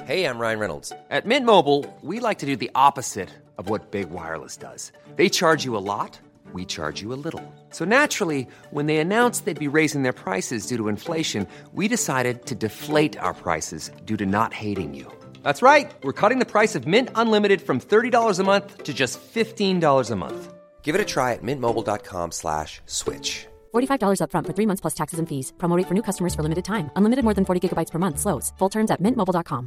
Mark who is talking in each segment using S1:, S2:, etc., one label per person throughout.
S1: Hey, I'm Ryan Reynolds. At Mint Mobile, we like to do the opposite of what Big Wireless does. They charge you a lot, we charge you a little. So naturally, when they announced they'd be raising their prices due to inflation, we decided to deflate our prices due to not hating you. That's right. We're cutting the price of Mint Unlimited from $30 a month to just $15 a month. Give it a try at mintmobile.com/switch.
S2: $45 up front for 3 months plus taxes and fees. Promo rate for new customers for limited time. Unlimited more than 40 gigabytes per month. Slows full terms at mintmobile.com.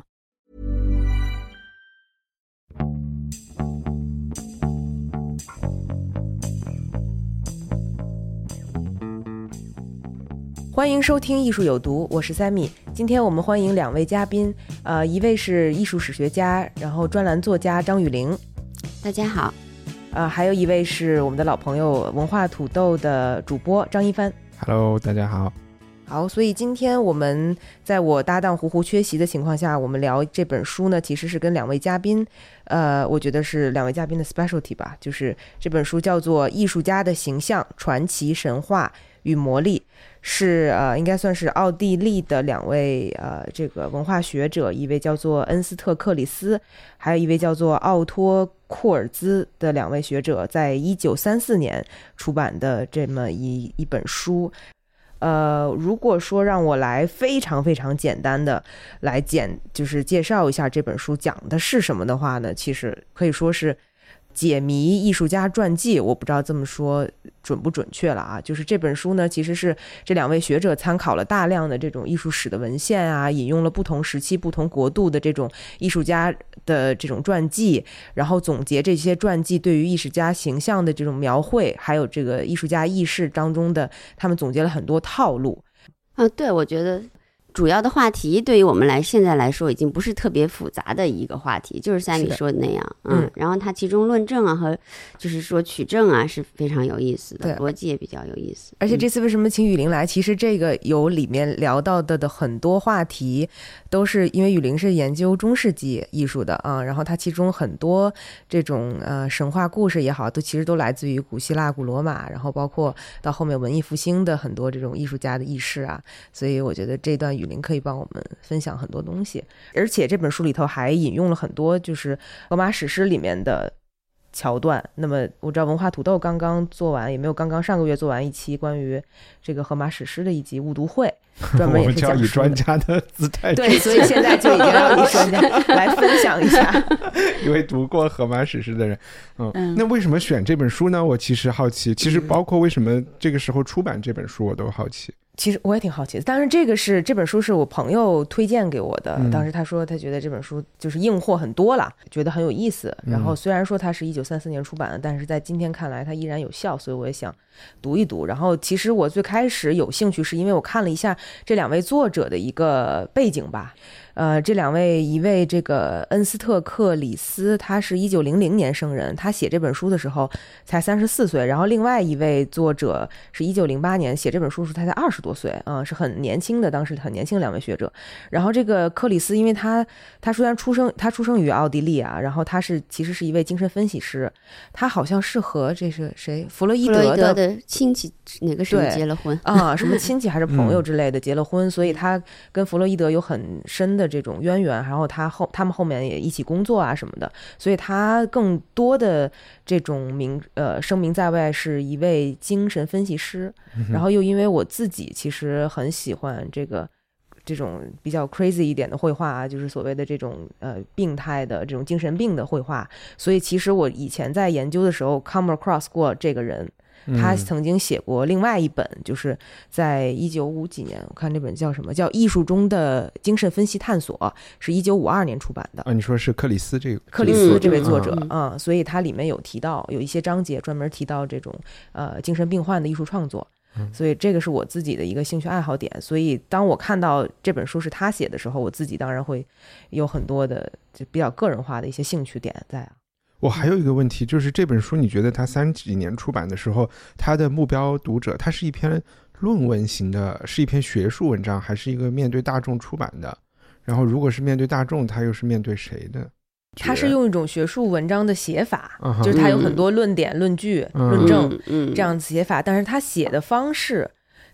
S3: 欢迎收听艺术有毒，我是Sammy。今天我们欢迎2位嘉宾，一位是艺术史学家，然后专栏作家张雨玲，
S4: 大家好。
S3: 还有一位是我们的老朋友文化土豆的主播张一帆。
S5: Hello， 大家好。
S3: 好，所以今天我们在我搭档胡胡缺席的情况下，我们聊这本书呢，其实是跟2位嘉宾，我觉得是2位嘉宾的 specialty 吧，就是这本书叫做《艺术家的形象、传奇、神话与魔力》，是应该算是奥地利的2位这个文化学者，一位叫做恩斯特克里斯，还有一位叫做奥托库尔兹的2位学者，在1934年出版的这么一本书。如果说让我来非常非常简单的来就是介绍一下这本书讲的是什么的话呢，其实可以说是解谜艺术家传记，我不知道这么说准不准确了啊。就是这本书呢，其实是这2位学者参考了大量的这种艺术史的文献啊，引用了不同时期不同国度的这种艺术家的这种传记，然后总结这些传记对于艺术家形象的这种描绘，还有这个艺术家意识当中的他们总结了很多套路。
S4: 对，我觉得主要的话题对于我们现在来说已经不是特别复杂的一个话题，就是Sammy说的那样。然后它其中论证啊和就是说取证啊是非常有意思的，逻辑也比较有意思。
S3: 而且这次为什么请雨玲来，其实这个有里面聊到的很多话题都是因为雨玲是研究中世纪艺术的啊，然后它其中很多这种神话故事也好，其实都来自于古希腊、古罗马，然后包括到后面文艺复兴的很多这种艺术家的意识啊，所以我觉得这段雨玲可以帮我们分享很多东西。而且这本书里头还引用了很多就是荷马史诗里面的桥段。那么我知道文化土豆刚刚做完，也没有刚刚上个月做完一期关于这个荷马史诗的一集误读会，专门也是讲
S5: 我们就要以专家的姿态，
S3: 对，所以现在就已经要以专家来分享一下
S5: 一位读过荷马史诗的人。那为什么选这本书呢？我其实好奇，其实包括为什么这个时候出版这本书我都好奇。
S3: 其实我也挺好奇的，当然这本书是我朋友推荐给我的，当时他说他觉得这本书就是硬货很多了，觉得很有意思，然后虽然说它是1934年出版的，但是在今天看来它依然有效，所以我也想读一读。然后其实我最开始有兴趣是因为我看了一下这2位作者的一个背景吧。这2位，一位这个恩斯特克里斯，他是1900年生人，他写这本书的时候才34岁，然后另外一位作者是1908年写这本书的时候他才20多岁，是很年轻的，当时很年轻的2位学者。然后这个克里斯，因为他虽然出生于奥地利啊，然后他其实是一位精神分析师，他好像是和这是谁弗洛伊德
S4: 的亲戚哪个什么结了婚
S3: 啊，什么亲戚还是朋友之类的结了婚，所以他跟弗洛伊德有很深的这种渊源，然后他们后面也一起工作啊什么的，所以他更多的这种声名在外是一位精神分析师。然后又因为我自己其实很喜欢这种比较 crazy 一点的绘画啊，就是所谓的这种病态的这种精神病的绘画，所以其实我以前在研究的时候 come across 过这个人。他曾经写过另外一本，就是在1950几年，我看这本叫什么，叫《艺术中的精神分析探索》，是1952年出版的。
S5: 你说是克里斯这
S3: 位作者所以它里面有提到，有一些章节专门提到这种精神病患的艺术创作。所以这个是我自己的一个兴趣爱好点，所以当我看到这本书是他写的时候，我自己当然会有很多的就比较个人化的一些兴趣点在啊。
S5: 我还有一个问题，就是这本书你觉得它30几年出版的时候，它的目标读者，它是一篇论文型的，是一篇学术文章，还是一个面对大众出版的？然后如果是面对大众，它又是面对谁的？
S3: 它是用一种学术文章的写法，就是它有很多论点、论据、论证这样子写法，但是它写的方式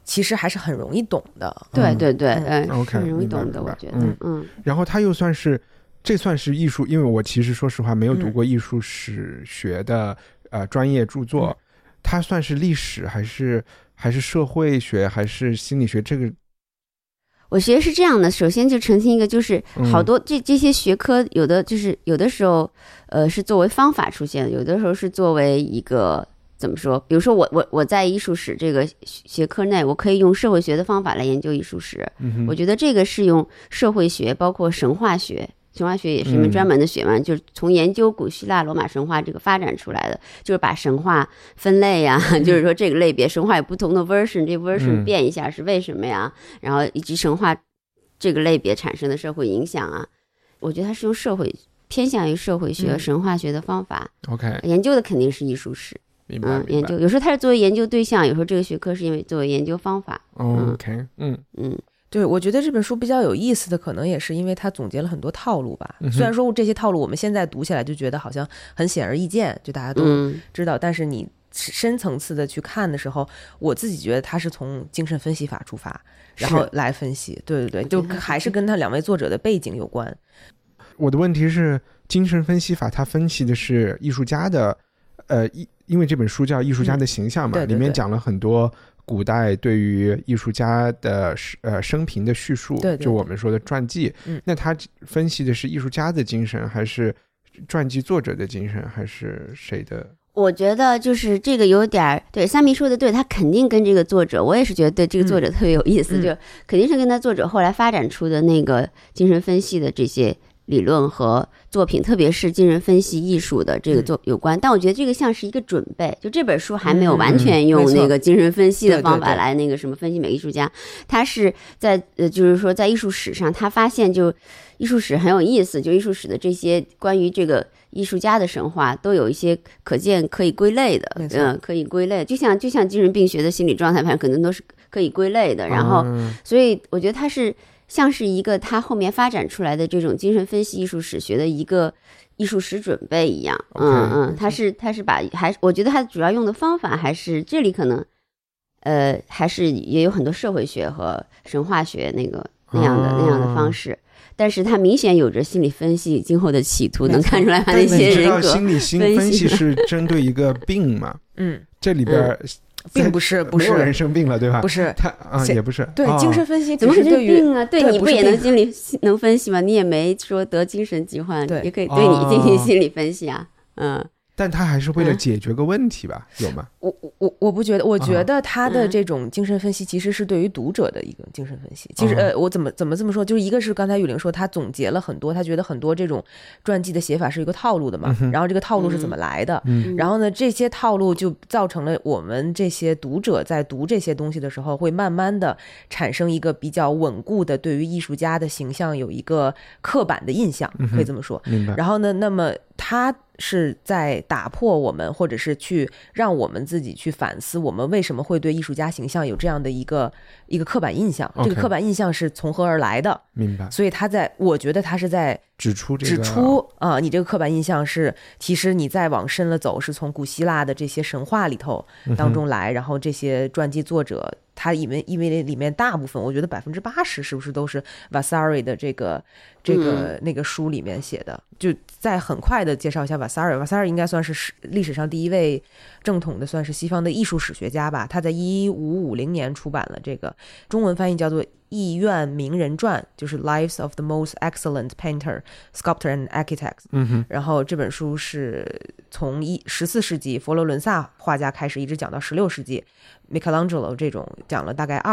S3: 其实还是很容易懂的。
S4: 对对对
S5: ，OK，
S4: 很容易懂的，我觉得，
S5: 然后他又这算是艺术，因为我其实说实话没有读过艺术史学的专业著作，它算是历史还是社会学还是心理学？这个
S4: 我觉得是这样的。首先就澄清一个，就是好多这些学科，有的时候是作为方法出现的，有的时候是作为一个怎么说？比如说我在艺术史这个学科内，我可以用社会学的方法来研究艺术史。我觉得这个是用社会学，包括神话学。神话学也是一门专门的学问，就是从研究古希腊罗马神话这个发展出来的，就是把神话分类呀，就是说这个类别神话有不同的 version， 这 version 变一下是为什么呀？然后以及神话这个类别产生的社会影响啊，我觉得它是用偏向于社会学、神话学的方法。
S5: OK，
S4: 研究的肯定是艺术史。
S5: 明白。
S4: 研究有时候它是作为研究对象，有时候这个学科是因为作为研究方法。
S5: OK，
S3: 对，我觉得这本书比较有意思的，可能也是因为它总结了很多套路吧。虽然说这些套路我们现在读起来就觉得好像很显而易见，就大家都知道，但是你深层次的去看的时候，我自己觉得它是从精神分析法出发，然后来分析。对对对，就还是跟他两位作者的背景有关。
S5: 我的问题是，精神分析法它分析的是艺术家的，因为这本书叫《艺术家的形象》嘛，
S3: 对对对，
S5: 里面讲了很多古代对于艺术家的生平的叙述，
S3: 对对对，
S5: 就我们说的传记。那他分析的是艺术家的精神，还是传记作者的精神，还是谁的？
S4: 我觉得就是这个有点对三明说的对，他肯定跟这个作者，我也是觉得对这个作者特别有意思，就肯定是跟他作者后来发展出的那个精神分析的这些理论和作品，特别是精神分析艺术的这个有关。但我觉得这个像是一个准备，就这本书还没有完全用那个精神分析的方法来那个什么分析每个艺术家，他是在就是说在艺术史上，他发现就艺术史很有意思，就艺术史的这些关于这个艺术家的神话都有一些可以归类的，可以归类，就像精神病学的心理状态，反正可能都是可以归类的。然后，所以我觉得它是像是一个他后面发展出来的这种精神分析艺术史学的一个艺术史准备一样。他是把我觉得他主要用的方法还是这里可能还是也有很多社会学和神话学那样的方式。但是他明显有着心理分析今后的企图，能看出来他那些人格
S5: 心理分析是针对一个病嘛？这里边
S3: 并不是
S5: 没有人生病了，对吧？
S3: 不是
S5: 他也不是。
S3: 对，精神分析
S4: 怎么可能病啊？对，你不也能分析吗？你也没说得精神疾患，也可以对你进行心理分析啊。
S5: 但他还是为了解决个问题吧？有吗？
S3: 我不觉得，我觉得他的这种精神分析其实是对于读者的一个精神分析。其实我怎么这么说，就是一个是刚才雨玲说他总结了很多，他觉得很多这种传记的写法是一个套路的嘛，然后这个套路是怎么来的，然后呢这些套路就造成了我们这些读者在读这些东西的时候会慢慢的产生一个比较稳固的对于艺术家的形象有一个刻板的印象，可以这么说。然后呢，那么他是在打破我们，或者是去让我们自己去反思我们为什么会对艺术家形象有这样的一个刻板印象，这个刻板印象是从何而来的。
S5: 明白。
S3: 所以我觉得他是在指出你这个刻板印象是其实你再往深了走是从古希腊的这些神话里头当中来，然后这些传记作者他因为里面大部分我觉得80%是不是都是 Vasari 的这个那个书里面写的。就再很快的介绍一下 Vasari 应该算是历史上第一位正统的算是西方的艺术史学家吧。他在1550年出版了这个中文翻译叫做艺苑名人传，就是 Lives of the Most Excellent Painter, Sculptor and Architects。然后这本书是从14世纪佛罗伦萨画家开始一直讲到16世纪 Michelangelo 这种讲了大概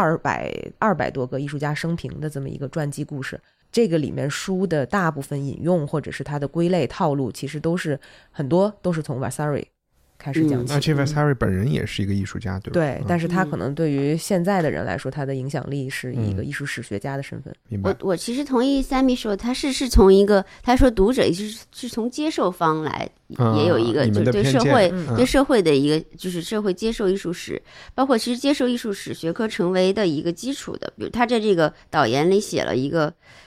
S3: 200多个艺术家生平的这么一个传记故事。这个里面书的大部分引用或者是它的归类套路其实很多都是从 Vasari 开始讲起。
S5: 而且 Vasari 本人也是一个艺术家，对吧？
S3: 对，但是他可能对于现在的人来说，他的影响力是一个艺术史学家的身份。
S5: 明白。
S4: 我其实同意 Sammy 说，他是从一个他说读者是从接受方来，也有一个就是对社会的一个就是社会接受艺术史，包括其实接受艺术史学科成为的一个基础的。比如他在这个导言里写了一个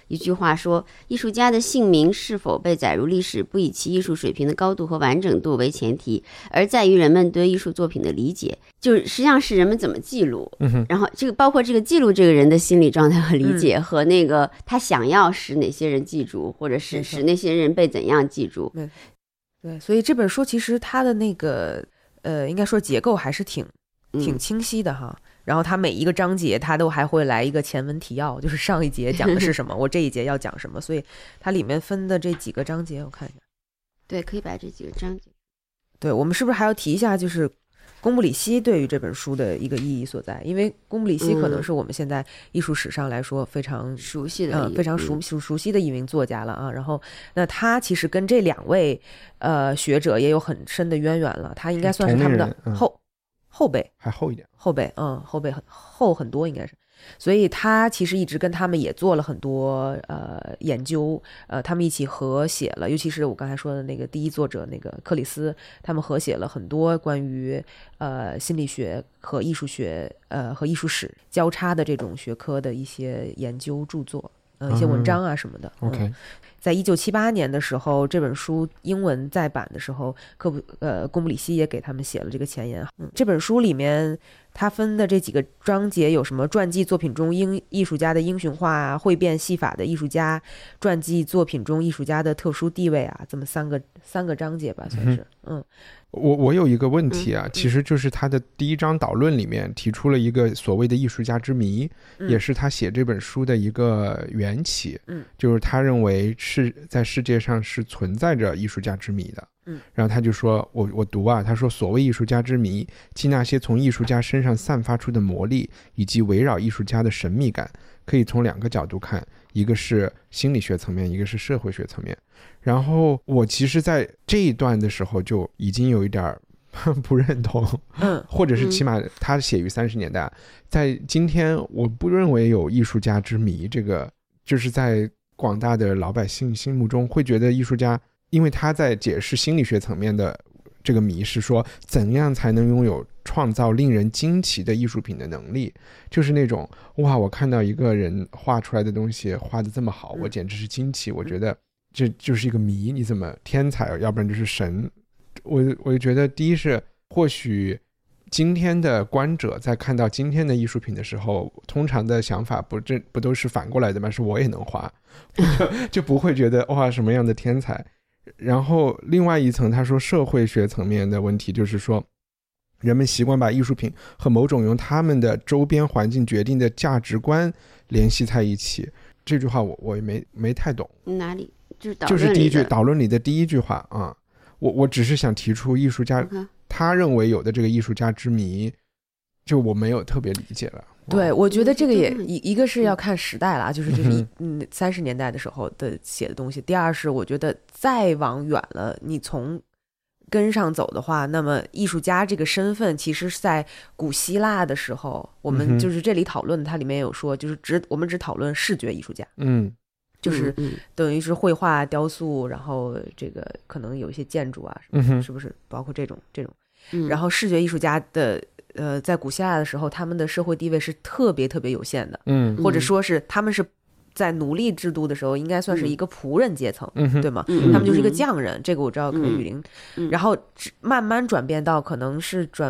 S4: 一句话说，艺术家的姓名是否被载入历史，不以其艺术水平的高度和完整度为前提，而在于人们对艺术作品的理解，就是实际上是人们怎么记录，然后这个包括这个记录这个人的心理状态和理解，和那个他想要使哪些人记住，或者是使那些人被怎样记住。
S3: 对，所以这本书其实它的那个应该说结构还是挺清晰的哈。然后它每一个章节它都还会来一个前文提要，就是上一节讲的是什么我这一节要讲什么，所以它里面分的这几个章节我看一下。
S4: 对，可以把这几个章节。
S3: 对，我们是不是还要提一下就是贡布里希对于这本书的一个意义所在？因为贡布里希可能是我们现在艺术史上来说非常
S4: 熟悉的
S3: 非常熟悉的一名作家了啊。然后那他其实跟这两位学者也有很深的渊源了，他应该算是他们的后辈，
S5: 还厚一点，
S3: 后辈厚很多应该是。所以他其实一直跟他们也做了很多研究，他们一起合写了，尤其是我刚才说的那个第一作者那个克里斯，他们合写了很多关于心理学和艺术学和艺术史交叉的这种学科的一些研究著作，一些文章啊什么的。
S5: OK。
S3: 在1978年的时候，这本书英文再版的时候，贡布里希也给他们写了这个前言。这本书里面它分的这几个章节有什么传记作品中艺术家的英雄化啊，汇编戏法的艺术家，传记作品中艺术家的特殊地位啊，这么三个章节吧，算是。
S5: 我有一个问题啊，其实就是他的第一章导论里面提出了一个所谓的艺术家之谜，也是他写这本书的一个缘起。就是他认为是在世界上是存在着艺术家之谜的。然后他就说，我读啊，他说所谓艺术家之谜，即那些从艺术家身上散发出的魔力，以及围绕艺术家的神秘感，可以从两个角度看，一个是心理学层面，一个是社会学层面。然后我其实在这一段的时候就已经有一点不认同，或者是起码他写于30年代，在今天我不认为有艺术家之谜，这个就是在广大的老百姓心目中会觉得艺术家，因为他在解释心理学层面的这个谜是说怎样才能拥有创造令人惊奇的艺术品的能力，就是那种哇，我看到一个人画出来的东西画得这么好，我简直是惊奇，我觉得这就是一个谜，你怎么天才，要不然就是神。我就觉得第一是或许今天的观者在看到今天的艺术品的时候，通常的想法不都是反过来的吗？是我也能画，就不会觉得哇什么样的天才。然后另外一层他说社会学层面的问题，就是说人们习惯把艺术品和某种由他们的周边环境决定的价值观联系在一起。这句话我也没太懂。
S4: 哪里？
S5: 就是第一句导论里的第一句话啊。我只是想提出艺术家他认为有的这个艺术家之谜，就我没有特别理解了。
S3: 对，我觉得这个也一个是要看时代了，就是30年代的时候的写的东西。第二是我觉得再往远了，你从跟上走的话，那么艺术家这个身份其实是在古希腊的时候，我们就是这里讨论它里面有说，就是我们只讨论视觉艺术家。就是等于是绘画、雕塑，然后这个可能有一些建筑啊，是不是包括这种，然后视觉艺术家的在古希腊的时候，他们的社会地位是特别特别有限的，或者说是他们是在奴隶制度的时候应该算是一个仆人阶层，对吗？他们就是一个匠人，这个我知道，可能雨林，然后慢慢转变到可能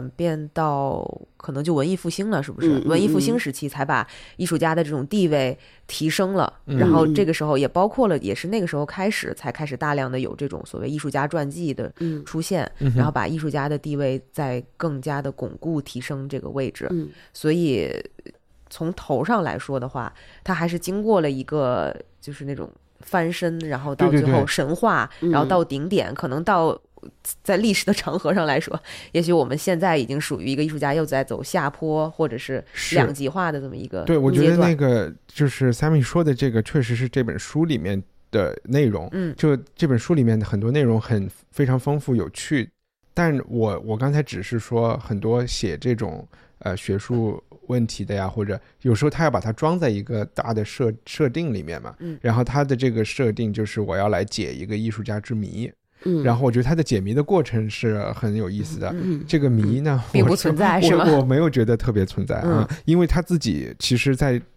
S3: 就文艺复兴了，是不是？文艺复兴时期才把艺术家的这种地位提升了，然后这个时候也包括了，也是那个时候开始大量的有这种所谓艺术家传记的出现，然后把艺术家的地位再更加的巩固提升这个位置，所以从头上来说的话，它还是经过了一个就是那种翻身，然后到最后神话，然后到顶点，可能到在历史的长河上来说，也许我们现在已经属于一个艺术家又在走下坡或者是两极化的这么一个阶段。对，
S5: 我觉得那个就是 Sammy 说的这个确实是这本书里面的内容，就这本书里面的很多内容非常丰富有趣，但我刚才只是说很多写这种学术问题的呀，或者有时候他要把它装在一个大的设定里面嘛，然后他的这个设定就是我要来解一个艺术家之谜，然后我觉得他的解谜的过程是很有意思的，这个谜呢
S3: 并不存在是吗？
S5: 我没有觉得特别存在啊，因为他自己其实在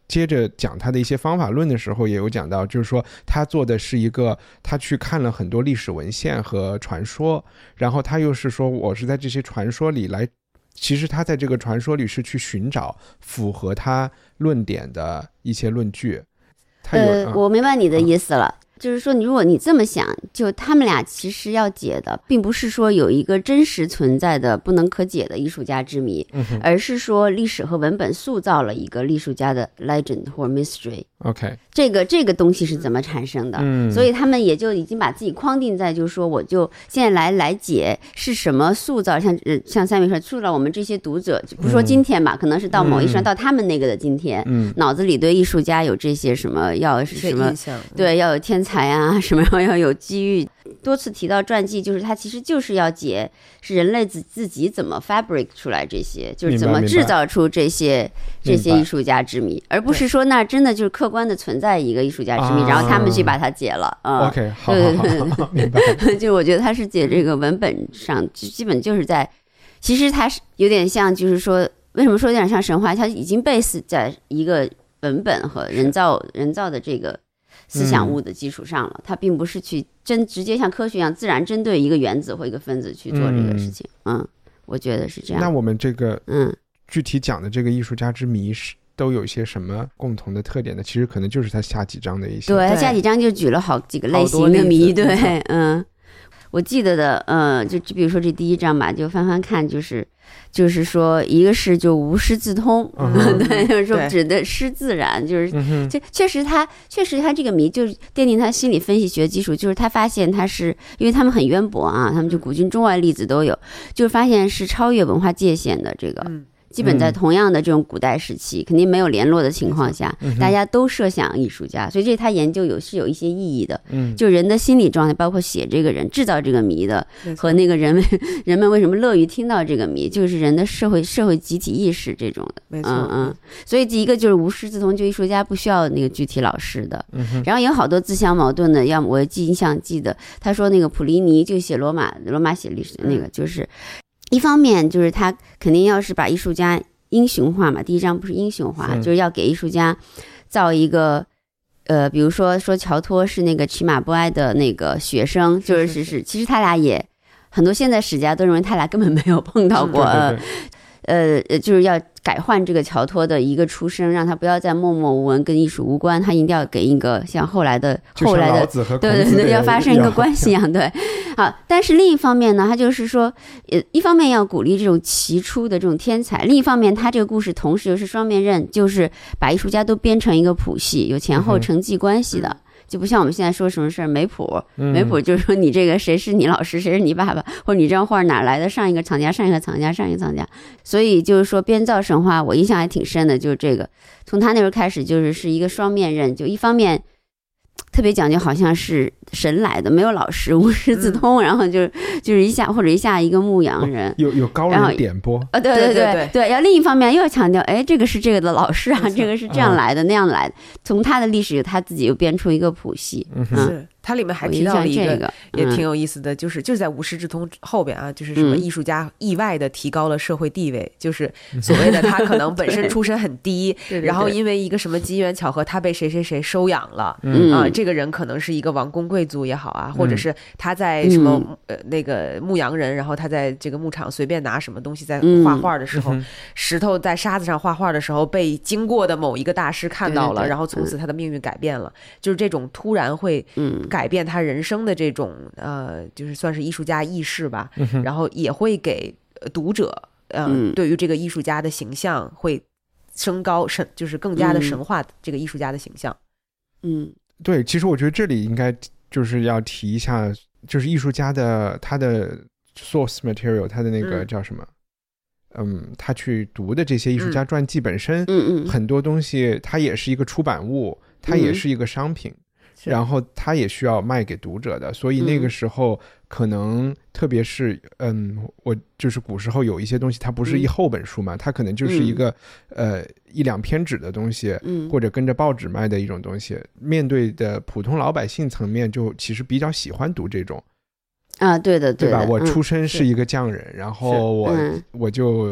S5: 接着讲他的一些方法论的时候也有讲到，就是说他做的是一个，他去看了很多历史文献和传说，然后他又是说我是在这些传说里来，其实他在这个传说里是去寻找符合他论点的一些论据。
S4: 我明白你的意思了。就是说，如果你这么想，就他们俩其实要解的，并不是说有一个真实存在的不能可解的艺术家之谜，而是说历史和文本塑造了一个艺术家的 legend 或 mystery。OK， 这个东西是怎么产生的？所以他们也就已经把自己框定在，就是说，我就现在来解是什么塑造，像三明说塑造我们这些读者，不说今天吧，可能是到某一时到他们那个的今天，脑子里对艺术家有这些什么要什么，对，要有天才啊，什么要有机遇。多次提到传记，就是它其实就是要解是人类自己怎么 fabric 出来这些，就是怎么制造出这些艺术家之谜，而不是说那真的就是客观的存在一个艺术家之谜，然后他们去把它解了。
S5: OK， 好，明白。
S4: 就我觉得他是解这个文本上，基本就是在，其实它是有点像，就是说为什么说有点像神话，它已经 base 在一个文本和人造的这个思想物的基础上了，它并不是去直接像科学一样自然针对一个原子或一个分子去做这个事情。我觉得是这样。
S5: 那我们这个具体讲的这个艺术家之谜都有一些什么共同的特点呢？其实可能就是他下几章的一些。
S4: 对，他下几章就举了好几个类型的谜。对，我记得的，就比如说这第一章吧，就翻翻看，就是说，一个是就无师自通，对，就是说指的师自然，就是这确实他这个谜就是奠定他心理分析学基础，就是他发现他是因为他们很渊博啊，他们就古今中外例子都有，就是发现是超越文化界限的这个。基本在同样的这种古代时期，肯定没有联络的情况下，大家都设想艺术家，所以这他研究是有一些意义的。就人的心理状态，包括写这个人制造这个谜的，和那个人们为什么乐于听到这个谜，就是人的社会集体意识这种的。
S3: 没错，
S4: 所以第一个就是无师自通，就艺术家不需要那个具体老师的。然后有好多自相矛盾的，要么我印象记得他说那个普利尼就写罗马写历史那个就是。一方面就是他肯定要是把艺术家英雄化嘛，第一章不是英雄化，就是要给艺术家造一个比如说乔托是那个骑马波埃的那个学生，就是其实他俩也很多现在史家都认为他俩根本没有碰到过，就是要改换这个乔托的一个出身，让他不要再默默无闻，跟艺术无关，他一定要给一个像后来的对，要发生一个关系一样。对，好，但是另一方面呢，他就是说一方面要鼓励这种奇出的这种天才，另一方面他这个故事同时又是双面刃，就是把艺术家都编成一个谱系，有前后承继关系的。就不像我们现在说什么事儿没谱就是说你这个谁是你老师，谁是你爸爸，或者你这张画哪来的，上一个藏家，上一个藏家，上一个藏家。所以就是说编造神话，我印象还挺深的，就是这个从他那时候开始是一个双面刃，就一方面特别讲究好像是神来的，没有老师，无师自通，然后就是一下一个牧羊人，
S5: 有高人点拨
S4: 对，要另一方面又要强调，这个是这个的老师啊，这个是这样来的那样来的，从他的历史他自己又编出一个谱系。
S3: 是它里面还提到了一个也挺有意思的，就是在无师自通后边啊，就是什么艺术家意外的提高了社会地位，就是所谓的他可能本身出身很低，然后因为一个什么机缘巧合，他被谁谁谁收养了，这个人可能是一个王公贵族也好啊，或者是他在什么那个牧羊人，然后他在这个牧场随便拿什么东西在画画的时候，石头在沙子上画画的时候被经过的某一个大师看到了，然后从此他的命运改变了，就是这种突然会改变他人生的这种就是算是艺术家意识吧，然后也会给读者对于这个艺术家的形象会升高，就是更加的神化这个艺术家的形象。
S5: 对，其实我觉得这里应该就是要提一下，就是艺术家的他的 source material， 他的那个叫什么？他去读的这些艺术家传记本身，很多东西它也是一个出版物，它也是一个商品。然后他也需要卖给读者的，所以那个时候可能特别是我就是古时候有一些东西它不是一厚本书嘛，它可能就是一个一两篇纸的东西，或者跟着报纸卖的一种东西，面对的普通老百姓层面就其实比较喜欢读这种
S4: 啊，对的
S5: 对吧，我出身是一个匠人，然后我就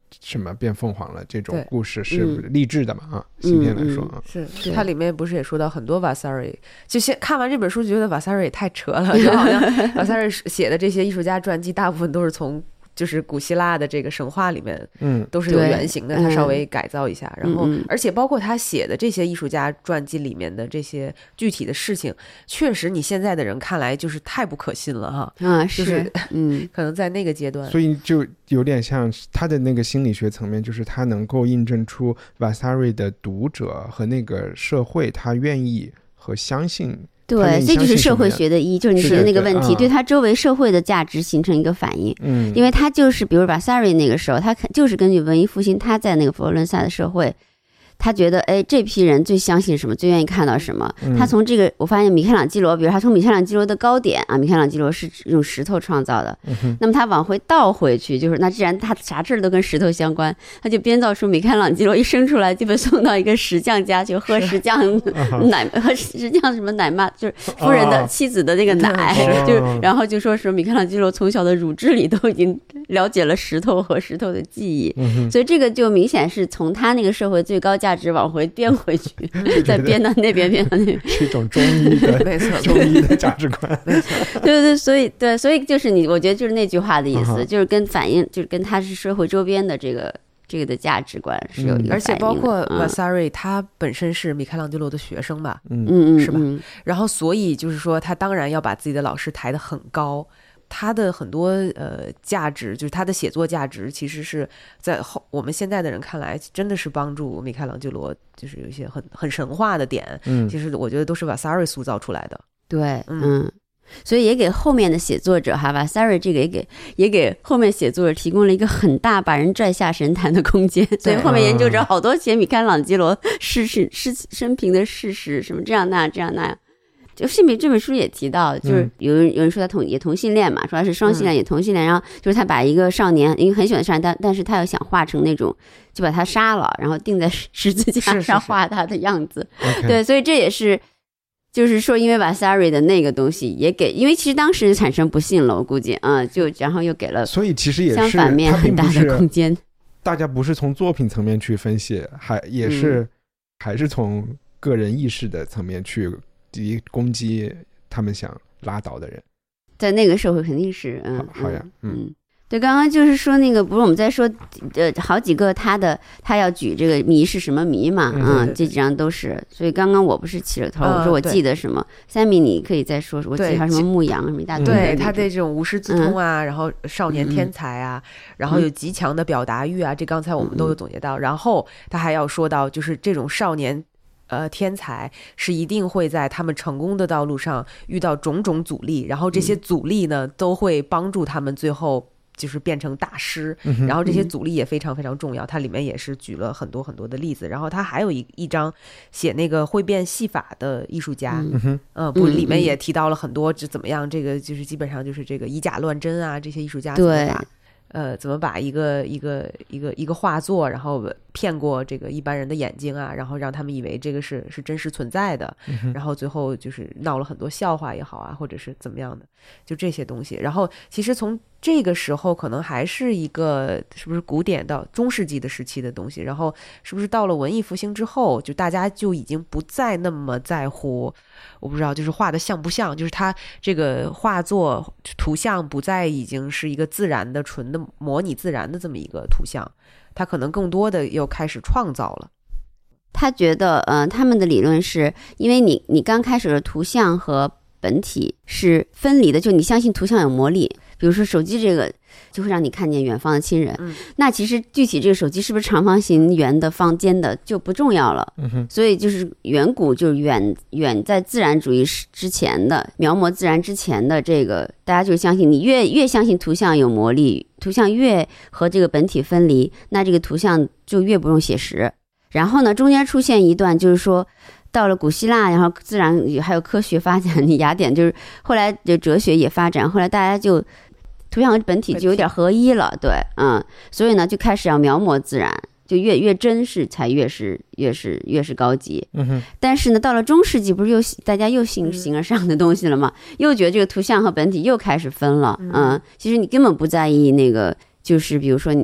S5: 什么变凤凰了这种故事是励志的嘛新片来说
S3: 是它里面不是也说到很多Vasari，就先看完这本书就觉得Vasari也太扯了，就好像Vasari写的这些艺术家传记大部分都是从就是古希腊的这个神话里面都是有原型的，他稍微改造一下，然后而且包括他写的这些艺术家传记里面的这些具体的事情，确实你现在的人看来就是太不可信了哈就是可能在那个阶段，
S5: 所以就有点像他的那个心理学层面，就是他能够印证出 Vasari 的读者和那个社会他愿意和相信。
S4: 对，这就是社会学的意义，就是你提的那个问题，对他周围社会的价值形成一个反应。因为他就是比如Vasari那个时候，他就是根据文艺复兴，他在那个佛罗伦萨的社会，他觉得这批人最相信什么，最愿意看到什么。他从这个我发现米开朗基罗，比如他从米开朗基罗的高点啊，米开朗基罗是用石头创造的，那么他往回倒回去，就是那既然他啥事都跟石头相关，他就编造出米开朗基罗一生出来就被送到一个石匠家去喝石匠奶，喝石匠什么奶妈，就是夫人的妻子的那个奶，就是然后就说米开朗基罗从小的乳汁里都已经了解了石头和石头的记忆，所以这个就明显是从他那个社会最高价值往回编回去，再编到那边，编到那边，
S5: 是一种中医的中医的价值观。
S4: 对，所以就是我觉得就是那句话的意思，就是跟反映，就是跟他是社会周边的这个的价值观是有一个反应的。
S3: 而且包括Vasari他本身是米开朗基罗的学生吧，是吧？然后所以就是说他当然要把自己的老师抬得很高。他的很多价值，就是他的写作价值，其实是在我们现在的人看来，真的是帮助米开朗基罗，就是有一些很神话的点。其实我觉得都是Vasari塑造出来的。
S4: 对，所以也给后面的写作者哈Vasari这个也给后面写作者提供了一个很大把人拽下神坛的空间。所以后面研究者好多写米开朗基罗生平的事实，什么这样那样这样那样。就性别这本书也提到，就是有人说他也同性恋嘛，说他是双性恋也同性恋，然后就是他把一个少年，因为很喜欢少年，但是他又想画成那种，就把他杀了，然后钉在十字架上画他的样子。对，所以这也是就是说，因为Vasari的那个东西也给，因为其实当时产生不幸了，我估计就然后又给了，
S5: 所以其实也是
S4: 相反面很大的空间。
S5: 大家不是从作品层面去分析，还是从个人意识的层面去攻击他们想拉倒的人，在
S4: 那个社会肯定是
S5: 好呀，
S4: 对，刚刚就是说那个不是我们在说好几个他要举这个谜是什么谜嘛，这几张都是，所以刚刚我不是起了头，我说我记得什么，Sammy你可以再说，我记得还有什么牧羊什么一大堆，
S3: 对他对这种无师自通啊，然后少年天才啊，然后有极强的表达欲啊，这刚才我们都有总结到，然后他还要说到就是这种少年天才是一定会在他们成功的道路上遇到种种阻力，然后这些阻力呢都会帮助他们最后就是变成大师，然后这些阻力也非常非常重要，它里面也是举了很多很多的例子，然后他还有一章写那个会变戏法的艺术家，不里面也提到了很多怎么样，这个就是基本上就是这个以假乱真啊，这些艺术家怎么把一个画作然后骗过这个一般人的眼睛啊，然后让他们以为这个是真实存在的，然后最后就是闹了很多笑话也好啊，或者是怎么样的，就这些东西。然后其实从这个时候可能还是一个是不是古典到中世纪的时期的东西，然后是不是到了文艺复兴之后，就大家就已经不再那么在乎，我不知道就是画的像不像，就是它这个画作图像不再已经是一个自然的纯的模拟自然的这么一个图像，它可能更多的又开始创造了。
S4: 他觉得他们的理论是因为你刚开始的图像和本体是分离的，就你相信图像有魔力，比如说手机这个就会让你看见远方的亲人，那其实具体这个手机是不是长方形、圆的、方尖的就不重要了。所以就是远古就是远在自然主义之前的描摹自然之前的这个，大家就相信你越相信图像有魔力，图像越和这个本体分离，那这个图像就越不用写实。然后呢，中间出现一段就是说到了古希腊，然后自然还有科学发展，雅典就是后来的哲学也发展，后来大家就图像和本体就有点合一了，对，所以呢就开始要描摹自然，就越真实才越是高级。但是呢到了中世纪不是大家又信形而上的东西了吗？又觉得这个图像和本体又开始分了。其实你根本不在意那个，就是比如说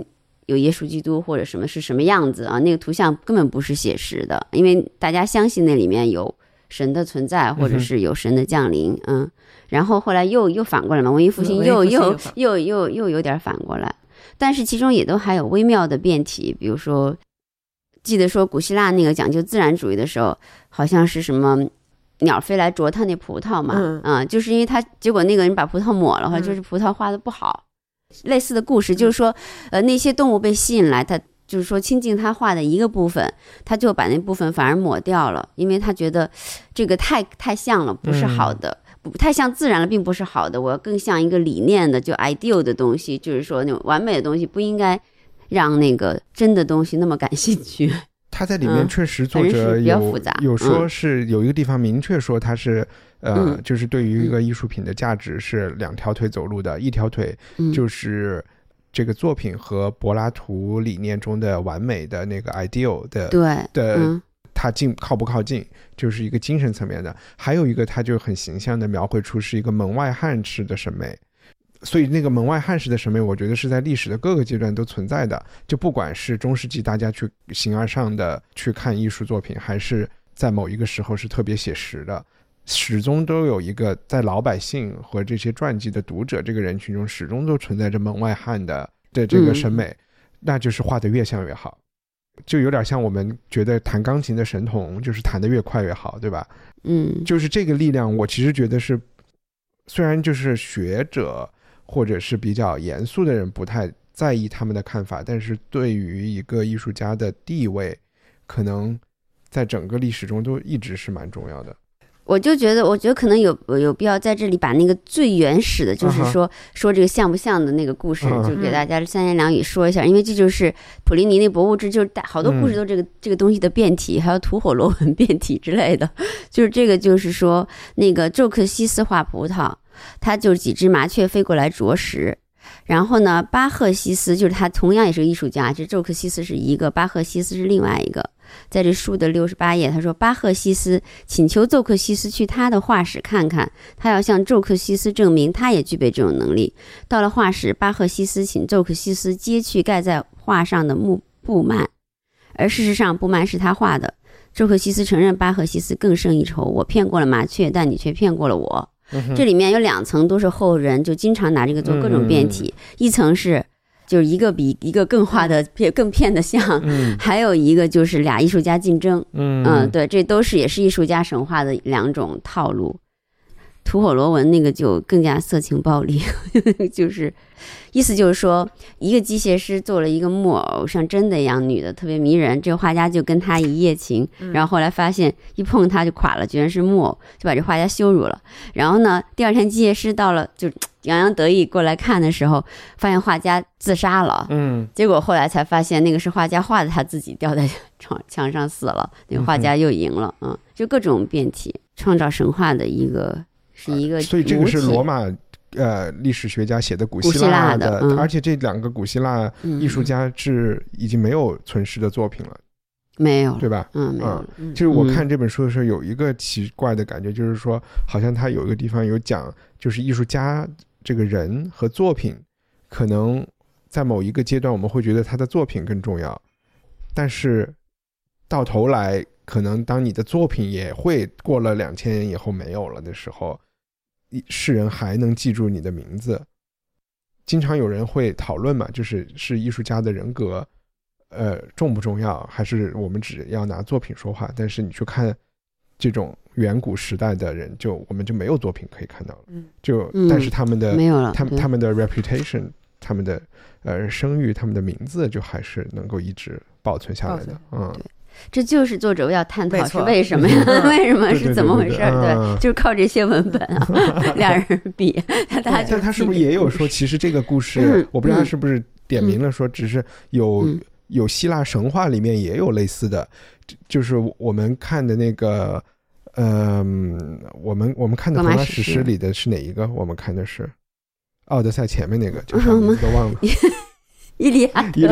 S4: 有耶稣基督或者什么是什么样子啊，那个图像根本不是写实的，因为大家相信那里面有神的存在，或者是有神的降临，然后后来又反过来嘛，文艺复兴又有点反过来，但是其中也都还有微妙的变体，比如说记得说古希腊那个讲究自然主义的时候，好像是什么鸟飞来啄它那葡萄嘛，就是因为他结果那个人把葡萄抹了，或者就是葡萄画的不好，类似的故事就是说，那些动物被吸引来，他就是说亲近他画的一个部分，他就把那部分反而抹掉了，因为他觉得这个太像了，不是好的，太像自然了，并不是好的，我要更像一个理念的，就 ideal 的东西，就是说那种完美的东西不应该让那个真的东西那么感兴趣。
S5: 他在里面确实作者有说是有一个地方明确说他是就是对于一个艺术品的价值是两条腿走路的，一条腿就是这个作品和柏拉图理念中的完美的那个 ideal 的他靠不靠近，就是一个精神层面的，还有一个他就很形象的描绘出是一个门外汉式的审美。所以那个门外汉式的审美我觉得是在历史的各个阶段都存在的，就不管是中世纪大家去形而上的去看艺术作品，还是在某一个时候是特别写实的，始终都有一个在老百姓和这些传记的读者这个人群中始终都存在着门外汉的这个审美，那就是画得越像越好，就有点像我们觉得弹钢琴的神童就是弹得越快越好，对吧？就是这个力量我其实觉得是，虽然就是学者或者是比较严肃的人不太在意他们的看法，但是对于一个艺术家的地位可能在整个历史中都一直是蛮重要的。
S4: 我觉得可能有必要在这里把那个最原始的，就是说这个像不像的那个故事，就给大家三言两语说一下，因为这就是普利尼那博物志，就是好多故事都这个东西的变体，还有吐火罗文变体之类的。就是这个，就是说那个宙克西斯画葡萄，他就是几只麻雀飞过来啄食。然后呢，巴赫西斯就是他同样也是个艺术家，这宙克西斯是一个，巴赫西斯是另外一个。在这书的68页，他说巴赫西斯请求宙克西斯去他的画室看看，他要向宙克西斯证明他也具备这种能力。到了画室，巴赫西斯请宙克西斯揭去盖在画上的布幔，而事实上布幔是他画的。宙克西斯承认巴赫西斯更胜一筹，我骗过了麻雀，但你却骗过了我。这里面有2层都是后人就经常拿这个做各种变体，一层是就是一个比一个更画的更骗的像，还有一个就是俩艺术家竞争，对，这都是也是艺术家神话的2种套路。吐火罗文那个就更加色情暴力就是意思就是说一个机械师做了一个木偶像真的一样，女的特别迷人，这个画家就跟他一夜情，然后后来发现一碰他就垮了，居然是木偶，就把这画家羞辱了。然后呢第2天机械师到了就洋洋得意过来看的时候，发现画家自杀了，结果后来才发现那个是画家画的，他自己掉在墙上死了，那个画家又赢了，就各种变体，创造神话的一个
S5: 所以这个是罗马历史学家写的古希腊的，而且这2个古希腊艺术家是已经没有存世的作品了，
S4: 没有，
S5: 对吧？
S4: 没有。
S5: 就是我看这本书的时候有一个奇怪的感觉，就是说好像他有一个地方有讲，就是艺术家这个人和作品可能在某一个阶段我们会觉得他的作品更重要，但是到头来可能当你的作品也会过了2000年以后没有了的时候，世人还能记住你的名字。经常有人会讨论嘛，就是艺术家的人格重不重要，还是我们只要拿作品说话。但是你去看这种远古时代的人，我们就没有作品可以看到了，但是他们的
S4: 没有了，
S5: 他们的 reputation， 他们的声誉，他们的名字就还是能够一直保存下来的。
S4: 对，这就是作者要探讨是为什么呀？为什么是怎么回事？对，就是靠这些文本啊，俩人比，但
S5: 他是不是也有说，其实这个故事，我不知道他是不是点名了说，只是有希腊神话里面也有类似的，就是我们看的那个，我们看的荷兰史诗里的是哪一个？我们看的是《奥德赛》前面那个，叫啥名字都忘了。
S4: 伊利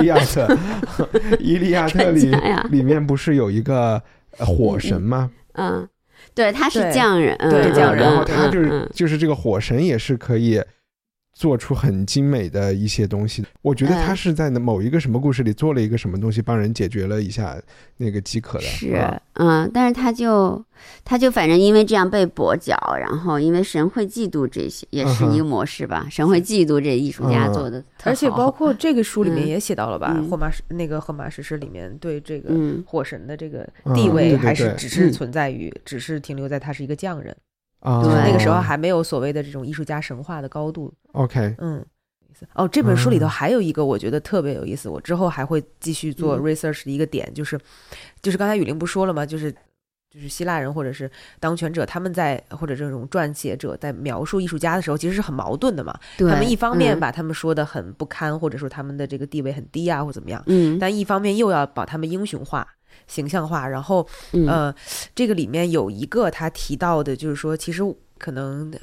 S4: 亚特
S5: 里面不是有一个火神吗？
S4: 对，他是匠人，
S3: 对，匠人。
S5: 然后他就是这个火神也是可以做出很精美的一些东西。我觉得他是在某一个什么故事里做了一个什么东西，帮人解决了一下那个饥渴的。
S4: 是，但是他就反正因为这样被跛脚，然后因为神会嫉妒这些，也是一个模式吧。神会嫉妒这艺术家做的特好，
S3: 而且包括这个书里面也写到了吧，荷马史诗里面对这个火神的这个地位还是只是存在于，只是停留在他是一个匠人。就是那个时候还没有所谓的这种艺术家神话的高度。
S5: OK，
S3: 这本书里头还有一个我觉得特别有意思，我之后还会继续做 research 的一个点，就是刚才雨林不说了吗？就是希腊人或者是当权者，他们在或者这种撰写者在描述艺术家的时候，其实是很矛盾的嘛。他们一方面把他们说的很不堪，或者说他们的这个地位很低啊，或怎么样，但一方面又要把他们英雄化。形象化，然后这个里面有一个他提到的，就是说其实可能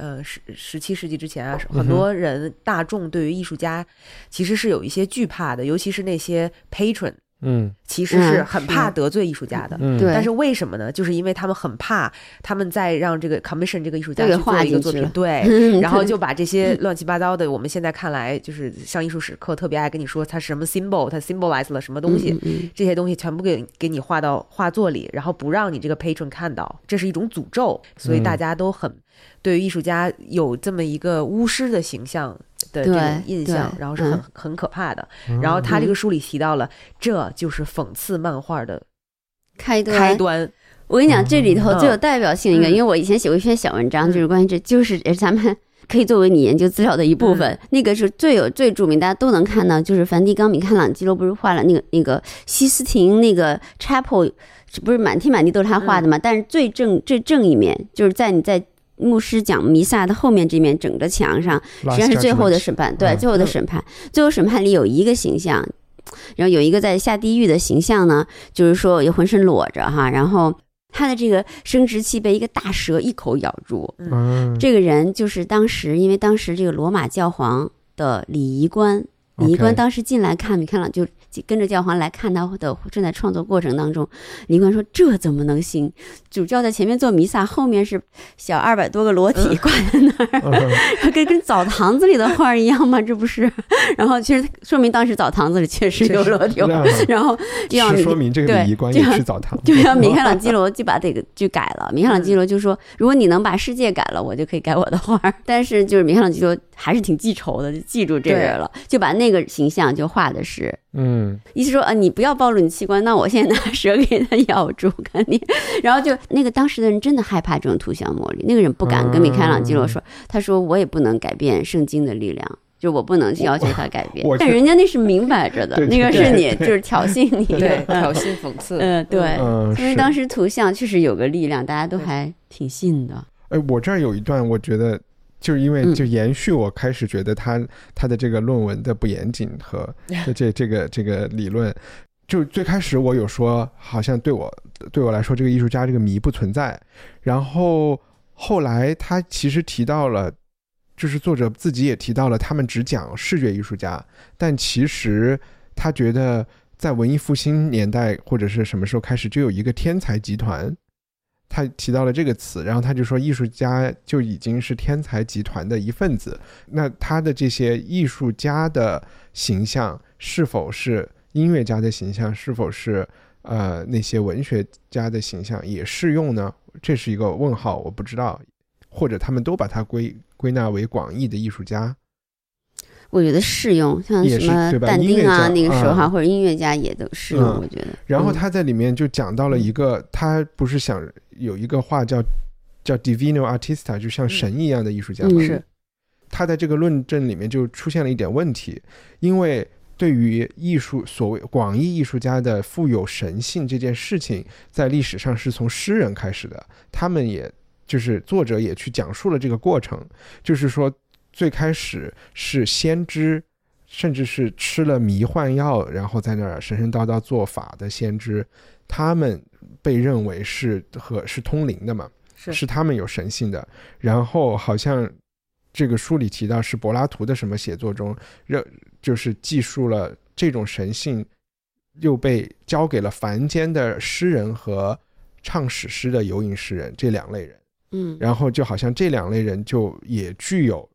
S3: 17世纪之前啊，很多人大众对于艺术家其实是有一些惧怕的，尤其是那些 patron，其实是很怕得罪艺术家的。但是为什么呢？就是因为他们很怕他们在让这个 commission 这个艺术家去做一个作品，对，然后就把这些乱七八糟的，我们现在看来就是像艺术史课特别爱跟你说它是什么 symbol， 它 symbolize 了什么东西，这些东西全部给你画到画作里，然后不让你这个 patron 看到，这是一种诅咒。所以大家都很对于艺术家有这么一个巫师的形象的这种印象，然后是很可怕的。然后他这个书里提到了，这就是讽刺漫画的开端。
S4: 我跟你讲，这里头最有代表性一个，因为我以前写过一篇小文章，就是关于这，就是也是咱们可以作为你研究资料的一部分。那个是最著名，大家都能看到，就是梵蒂冈米开朗基罗不是画了那个西斯廷那个 chapel， 不是满天满地都是他画的嘛？但是最正一面，就是在你在牧师讲弥撒的后面这面整个墙上，实际上是最后的审判。对，最后的审判，最后审判里有一个形象，然后有一个在下地狱的形象呢，就是说有浑身裸着哈，然后他的这个生殖器被一个大蛇一口咬住。这个人就是因为当时这个罗马教皇的礼仪官当时进来看米开朗，就跟着教皇来看他的正在创作过程当中，礼仪官说这怎么能行？主教在前面做弥撒，后面是小200多个裸体挂在那儿，跟澡堂子里的画一样吗？这不是？然后其实说明当时澡堂子里确实有裸体，然后
S5: 是说明这个礼仪官也是澡堂，
S4: 就让米开朗基罗就把这个就改了。米开朗基罗就说，如果你能把世界改了，我就可以改我的画。但是就是米开朗基罗还是挺记仇的，就记住这人了，就把那个形象就画的是意思说你不要暴露你器官，那我现在拿蛇给他咬住，看你。然后就那个当时的人真的害怕这种图像魔力，那个人不敢跟米开朗基罗说，他说我也不能改变圣经的力量，就我不能去要求他改变，但人家那是明摆着的，那个是你就是挑衅你，
S3: 对，挑衅讽刺，
S4: 对，因为当时图像确实有个力量，大家都还挺信的。
S5: 我这儿有一段，我觉得就是因为就延续我开始觉得他的这个论文的不严谨和这个理论，就最开始我有说好像对我来说这个艺术家这个谜不存在，然后后来他其实提到了，就是作者自己也提到了，他们只讲视觉艺术家，但其实他觉得在文艺复兴年代或者是什么时候开始就有一个天才集团，他提到了这个词，然后他就说艺术家就已经是天才集团的一份子。那他的这些艺术家的形象是否是音乐家的形象，是否是那些文学家的形象也适用呢？这是一个问号，我不知道，或者他们都把它归纳为广义的艺术家。
S4: 我觉得适用，像什么但丁啊那个时候或者音乐家也都适用，我觉得。
S5: 然后他在里面就讲到了一个，他不是想有一个话叫 Divino Artista， 就像神一样的艺术家吗？
S3: 是。
S5: 他在这个论证里面就出现了一点问题，因为对于艺术所谓广义艺术家的富有神性这件事情，在历史上是从诗人开始的，他们也就是作者也去讲述了这个过程，就是说最开始是先知，甚至是吃了迷幻药然后在那儿神神叨叨做法的先知，他们被认为是通灵的嘛，是他们有神性的。然后好像这个书里提到是柏拉图的什么写作中就是记述了这种神性又被交给了凡间的诗人和唱史诗的游吟诗人这两类人，然后就好像这两类人就也具有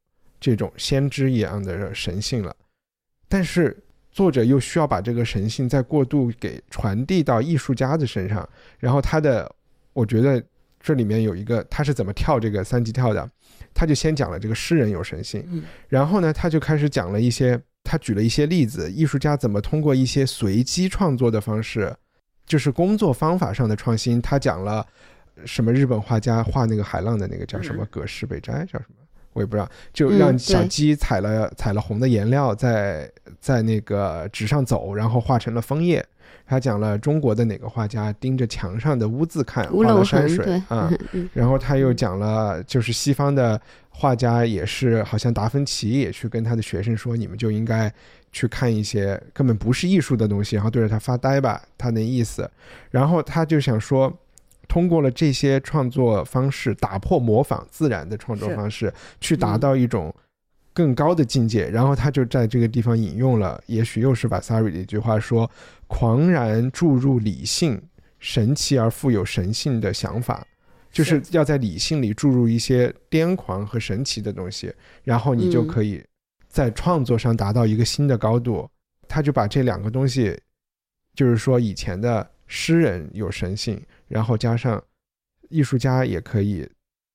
S5: 这种先知一样的神性了，但是作者又需要把这个神性再过度给传递到艺术家的身上，然后我觉得这里面有一个他是怎么跳这个三级跳的，他就先讲了这个诗人有神性，然后呢他就开始讲了他举了一些例子，艺术家怎么通过一些随机创作的方式，就是工作方法上的创新。他讲了什么日本画家画那个海浪的那个叫什么葛饰北斋叫什么我也不知道，就让小鸡踩了红的颜料在那个纸上走，然后画成了枫叶。他讲了中国的哪个画家盯着墙上的污渍看，画了山水啊。然后他又讲了，就是西方的画家也是，好像达芬奇也去跟他的学生说，你们就应该去看一些根本不是艺术的东西，然后对着他发呆吧，他那意思。然后他就想说，通过了这些创作方式，打破模仿自然的创作方式，去达到一种更高的境界。然后他就在这个地方引用了，也许又是Vasari的一句话，说狂然注入理性，神奇而富有神性的想法，就是要在理性里注入一些癫狂和神奇的东西，然后你就可以在创作上达到一个新的高度。他就把这两个东西，就是说以前的诗人有神性，然后加上艺术家也可以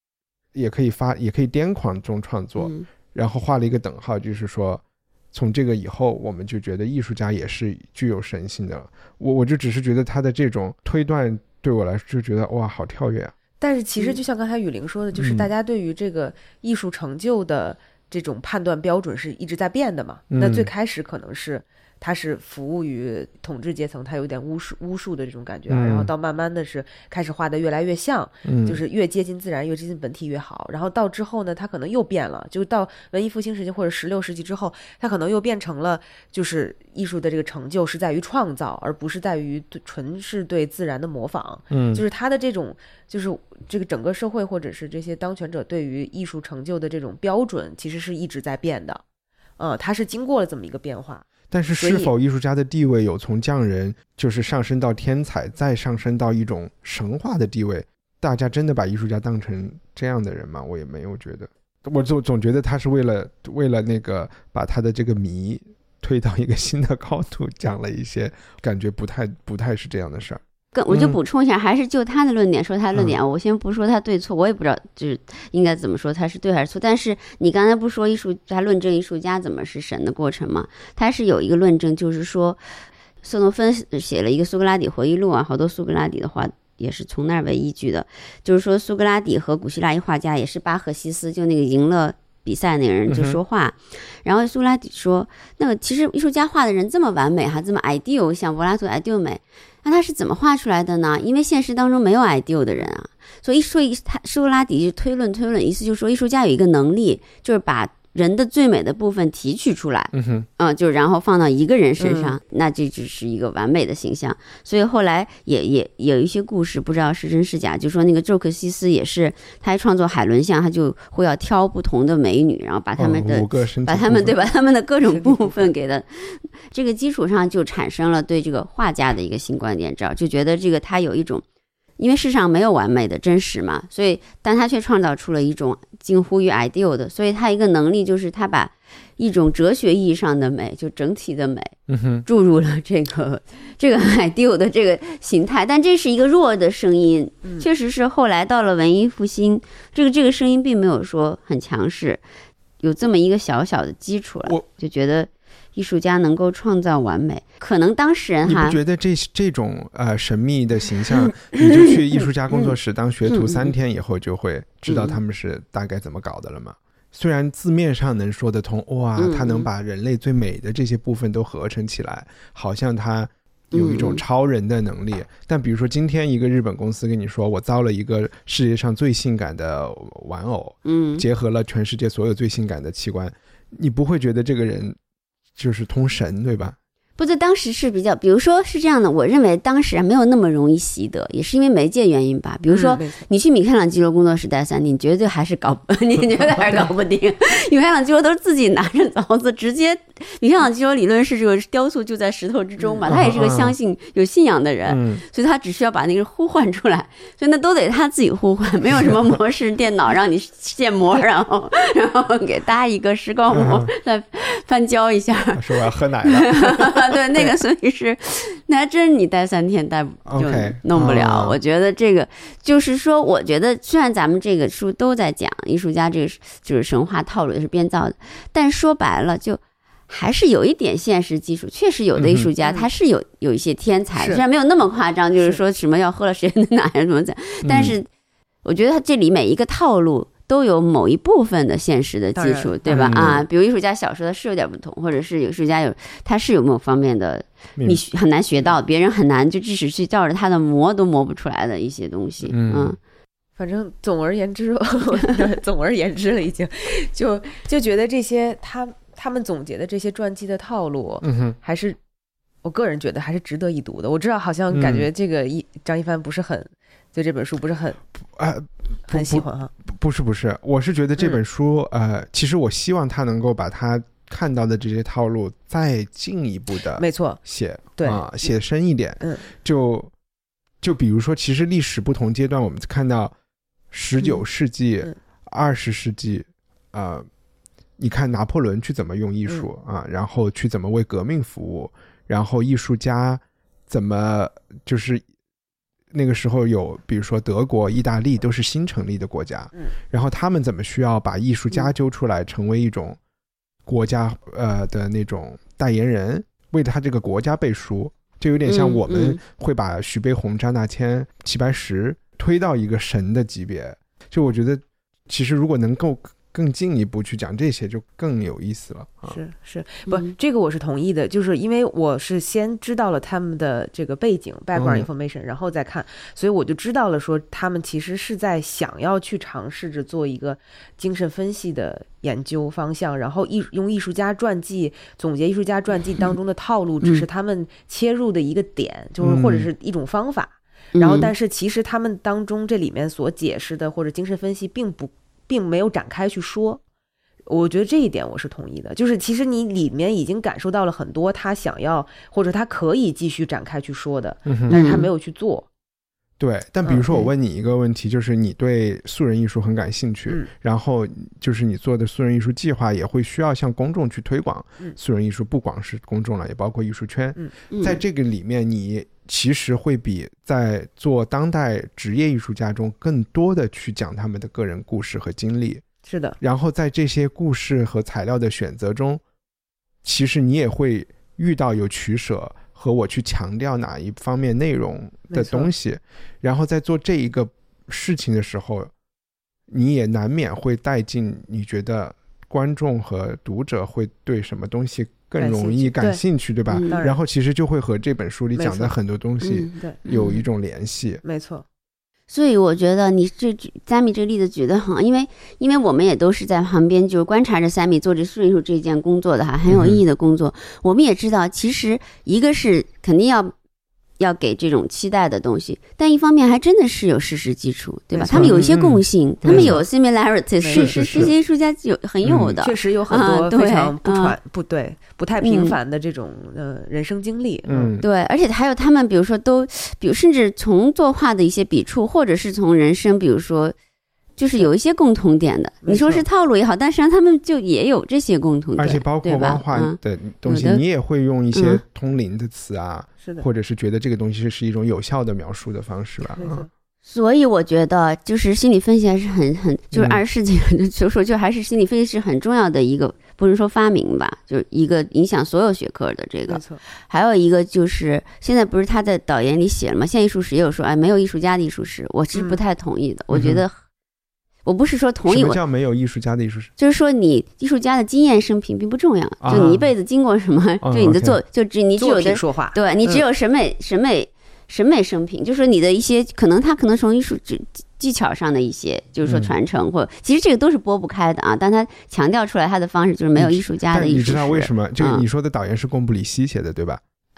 S5: 癫狂中创作，然后画了一个等号，就是说从这个以后我们就觉得艺术家也是具有神性的。我就只是觉得他的这种推断对我来说就觉得哇好跳跃啊。
S3: 但是其实就像刚才雨玲说的，就是大家对于这个艺术成就的这种判断标准是一直在变的嘛。那最开始可能是它是服务于统治阶层，它有点巫术的这种感觉，然后到慢慢的是开始画的越来越像，就是越接近自然越接近本体越好。然后到之后呢，它可能又变了，就到文艺复兴时期或者16世纪之后，它可能又变成了就是艺术的这个成就是在于创造，而不是在于纯是对自然的模仿。就是它的这种就是这个整个社会或者是这些当权者对于艺术成就的这种标准其实是一直在变的，它是经过了这么一个变化。
S5: 但是是否艺术家的地位有从匠人就是上升到天才，再上升到一种神话的地位，大家真的把艺术家当成这样的人吗？我也没有觉得，我总觉得他是为了那个把他的这个迷推到一个新的高度，讲了一些感觉不太是这样的事儿。
S4: 我就补充一下，还是就他的论点说他的论点，我先不说他对错，我也不知道就是应该怎么说他是对还是错。但是你刚才不说他论证艺术家怎么是神的过程吗？他是有一个论证，就是说色诺芬写了一个苏格拉底回忆录啊，好多苏格拉底的话也是从那儿为依据的，就是说苏格拉底和古希腊一画家也是巴赫西斯，就那个赢了比赛那个人就说话，然后苏格拉底说，那个其实艺术家画的人这么完美哈，这么 ideal， 像柏拉图 ideal 美，那他是怎么画出来的呢？因为现实当中没有 ideal 的人啊，所以苏格拉底就推论，意思就是说艺术家有一个能力，就是把人的最美的部分提取出来，就然后放到一个人身上，那这只是一个完美的形象。所以后来也有一些故事，不知道是真是假，就说那个宙克西斯也是，他创作海伦像，他就会要挑不同的美女，然后把他们的把他们的各种部分给的这个基础上，就产生了对这个画家的一个新观点，就觉得这个他有一种。因为世上没有完美的真实嘛，所以但他却创造出了一种近乎于 ideal 的，所以他一个能力就是他把一种哲学意义上的美，就整体的美注入了这个 ideal 的这个形态。但这是一个弱的声音，确实是后来到了文艺复兴，这个声音并没有说很强势，有这么一个小小的基础了，就觉得艺术家能够创造完美，可能当事人
S5: 你不觉得这种神秘的形象，你就去艺术家工作室当学徒3天以后就会知道他们是大概怎么搞的了吗？虽然字面上能说得通，哇，他能把人类最美的这些部分都合成起来，好像他有一种超人的能力，但比如说今天一个日本公司跟你说，我造了一个世界上最性感的玩偶，结合了全世界所有最性感的器官，你不会觉得这个人就是通神，对吧？
S4: 不对，当时是比较，比如说是这样的，我认为当时没有那么容易习得，也是因为媒介原因吧。比如说，你去米开朗基罗工作室待3天，你绝对还是搞不定，米开朗基罗都是自己拿着凿子直接。米开朗基罗理论是这个雕塑就在石头之中嘛，他也是个相信有信仰的人，所以他只需要把那个呼唤出来，所以那都得他自己呼唤，没有什么模式电脑让你建模，然后给搭一个石膏模，再翻胶一下。
S5: 说我要喝奶了。
S4: 对，那个所以是，那还真你待3天待就弄不了。我觉得这个就是说，我觉得虽然咱们这个书都在讲艺术家这个就是神话套路也是编造的，但说白了就还是有一点现实基础。确实有的艺术家他是有一些天才，虽然没有那么夸张，就是说什么要喝了谁的奶什么的，但是我觉得他这里每一个套路都有某一部分的现实的基础，对吧？啊，比如艺术家小说的是有点不同，或者是有艺术家他是有某方面的你很难学到，别人很难就即使去照着他的磨都磨不出来的一些东西。
S3: 反正总而言之了已经就觉得这些他们总结的这些传记的套路，还是我个人觉得还是值得一读的。我知道好像感觉这个张一帆不是很对这本书不是很很喜欢哈。
S5: 不是，我是觉得这本书其实我希望他能够把他看到的这些套路再进一步的
S3: 没错
S5: 写，
S3: 对
S5: 写深一点。就比如说其实历史不同阶段，我们看到19世纪20世纪你看拿破仑去怎么用艺术然后去怎么为革命服务，然后艺术家怎么就是那个时候有比如说德国意大利都是新成立的国家，然后他们怎么需要把艺术家揪出来成为一种国家的那种代言人，为他这个国家背书，就有点像我们会把徐悲鸿、张大千、齐白石推到一个神的级别。就我觉得其实如果能够更进一步去讲这些就更有意思了。
S3: 是不，这个我是同意的，就是因为我是先知道了他们的这个背景 background information，然后再看，所以我就知道了说他们其实是在想要去尝试着做一个精神分析的研究方向，然后用艺术家传记总结艺术家传记当中的套路只是他们切入的一个点，就是或者是一种方法，然后但是其实他们当中这里面所解释的或者精神分析并没有展开去说。我觉得这一点我是同意的，就是其实你里面已经感受到了很多他想要或者他可以继续展开去说的，但是他没有去做。
S5: 对，但比如说我问你一个问题，就是你对素人艺术很感兴趣，然后就是你做的素人艺术计划也会需要向公众去推广素人艺术，不光是公众了，也包括艺术圈。在这个里面你其实会比在做当代职业艺术家中更多的去讲他们的个人故事和经历。
S3: 是的，
S5: 然后在这些故事和材料的选择中，其实你也会遇到有取舍和我去强调哪一方面内容的东西，然后在做这一个事情的时候，你也难免会带进你觉得观众和读者会对什么东西更容易感兴趣， 对吧？然后其实就会和这本书里讲的很多东西有一种联系。
S3: 没错。
S4: 所以我觉得你Sammy 这个例子举得很，因为我们也都是在旁边就是观察着 Sammy 做这素人艺术这件工作的很有意义的工作。我们也知道其实一个是肯定要给这种期待的东西，但一方面还真的是有事实基础，对吧？他们有一些共性，他们有 similarities， 是这些艺术家很有的，
S3: 确实有很多非常不太平凡的这种人生经历。
S4: 对，而且还有他们比如说甚至从作画的一些笔触，或者是从人生，比如说就是有一些共同点的，你说是套路也好，但实际上他们就也有这些共同点，
S5: 而且包括文化的东西，你也会用一些通灵的词或者是觉得这个东西是一种有效的描述的方式吧。
S4: 所以我觉得就是心理分析还是很就是20世纪就还是心理分析是很重要的一个，不是说发明吧，就是一个影响所有学科的这个。还有一个就是现在不是他在导言里写了吗？现在艺术史也有说没有艺术家的艺术史，我是不太同意的。我觉得我不是说同意，
S5: 什么叫没有艺术家的艺术史？
S4: 就是说你艺术家的经验生平并不重要，就你一辈子经过什么，就你的你只有的
S3: 说话，
S4: 对，你只有审美生平，就是说你的一些他可能从艺术技巧上的一些，就是说传承或其实这个都是拨不开的但他强调出来他的方式就是没有艺术家的艺术史。
S5: 但你知道为什么？这个你说的导言是贡布里希写的对吧？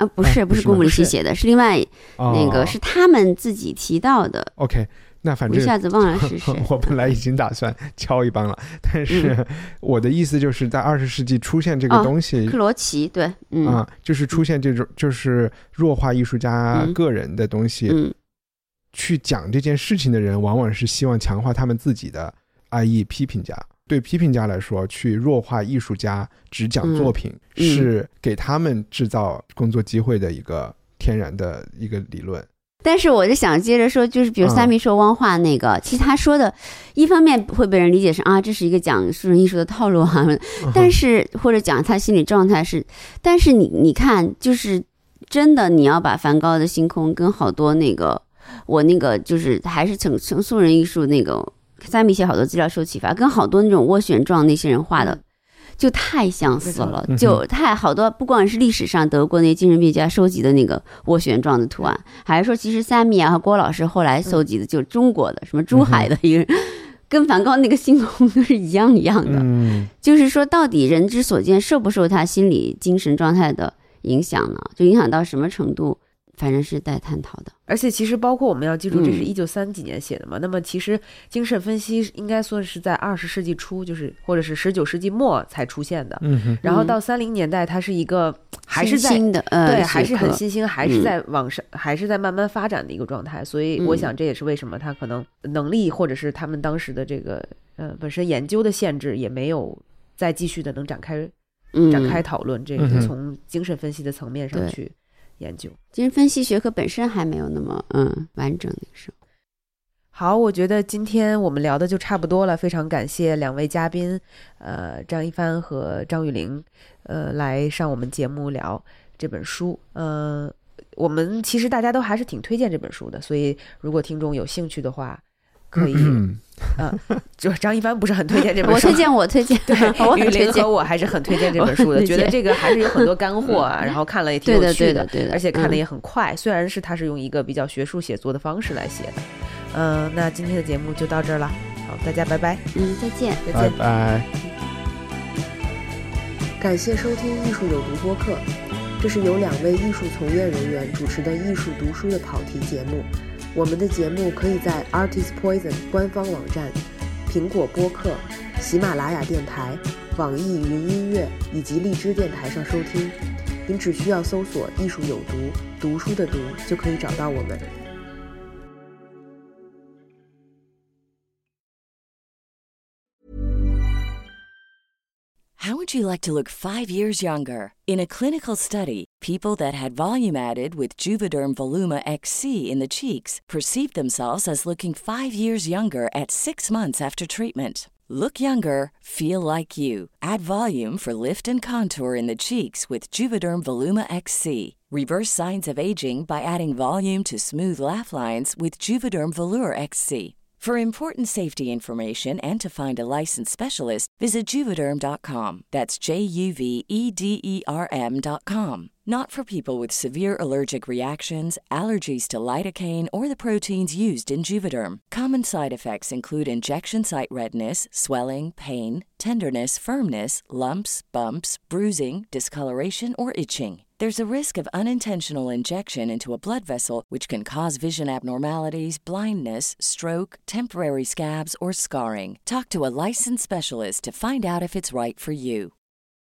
S4: 不是贡布里希写的，是另外那个是他们自己提到的。
S5: OK， 那反正
S4: 我一下子忘了是谁。
S5: 我本来已经打算敲一帮了，但是我的意思就是在20世纪出现这个东西，
S4: 克罗齐，对，
S5: 就是出现这种就是弱化艺术家个人的东西，去讲这件事情的人，往往是希望强化他们自己的爱意批评家。对批评家来说，去弱化艺术家只讲作品，是给他们制造工作机会的一个天然的一个理论。
S4: 但是我就想接着说，就是比如Sammy说汪画那个，其实他说的一方面会被人理解成这是一个讲书人艺术的套路啊，但是或者讲他心理状态是，但是你看，就是真的你要把梵高的星空跟好多那个我那个就是还是从素人艺术那个Sammy写好多资料受启发，跟好多那种涡旋状那些人画的就太相似了，就太好多，不光是历史上德国那精神病家收集的那个涡旋状的图案，还是说其实Sammy和郭老师后来搜集的就是中国的什么珠海的一个人，跟梵高那个星空都是一样的。就是说到底人之所见受不受他心理精神状态的影响呢？就影响到什么程度，反正是待探讨的。
S3: 而且其实包括我们要记住，这是1930几年写的嘛，那么其实精神分析应该说是在20世纪初，就是或者是19世纪末才出现的。然后到30年代，它是一个还是在
S4: 新的
S3: 对，还是很新兴，还是在往上，还是在慢慢发展的一个状态。所以我想这也是为什么他可能能力或者是他们当时的这个本身研究的限制，也没有再继续的能展开讨论这个从精神分析的层面上去研究。
S4: 精神分析学科本身还没有那么完整那个时候。
S3: 好，我觉得今天我们聊的就差不多了，非常感谢两位嘉宾张一帆和张雨玲来上我们节目聊这本书。我们其实大家都还是挺推荐这本书的，所以如果听众有兴趣的话可以就张一帆不是很推荐这本书，
S4: 我推荐
S3: 对，雨玲和我还是很推荐这本书的，觉得这个还是有很多干货然后看了也挺有趣的，
S4: 对的
S3: 而且看的也很快，虽然是他是用一个比较学术写作的方式来写的。那今天的节目就到这儿了，好，大家拜拜。
S4: 再见，
S5: 拜拜。
S3: 感谢收听艺术有毒播客，这是由2位艺术从业人员主持的艺术读书的跑题节目。我们的节目可以在 Artist Poison 官方网站、苹果播客、喜马拉雅电台、网易云音乐以及荔枝电台上收听。您只需要搜索艺术有毒，读书的读就可以找到我们。
S6: How would you like to look 5 years younger? In a clinical study, people that had volume added with Juvederm Voluma XC in the cheeks perceived themselves as looking 5 years younger at 6 months after treatment. Look younger, feel like you. Add volume for lift and contour in the cheeks with Juvederm Voluma XC. Reverse signs of aging by adding volume to smooth laugh lines with Juvederm Volure XC. For important safety information and to find a licensed specialist, visit Juvederm.com. That's JUVEDERM.com. Not for people with severe allergic reactions, allergies to lidocaine, or the proteins used in Juvederm. Common side effects include injection site redness, swelling, pain, tenderness, firmness, lumps, bumps, bruising, discoloration, or itching. There's a risk of unintentional injection into a blood vessel, which can cause vision abnormalities, blindness, stroke, temporary scabs, or scarring. Talk to a licensed specialist to find out if it's right for you.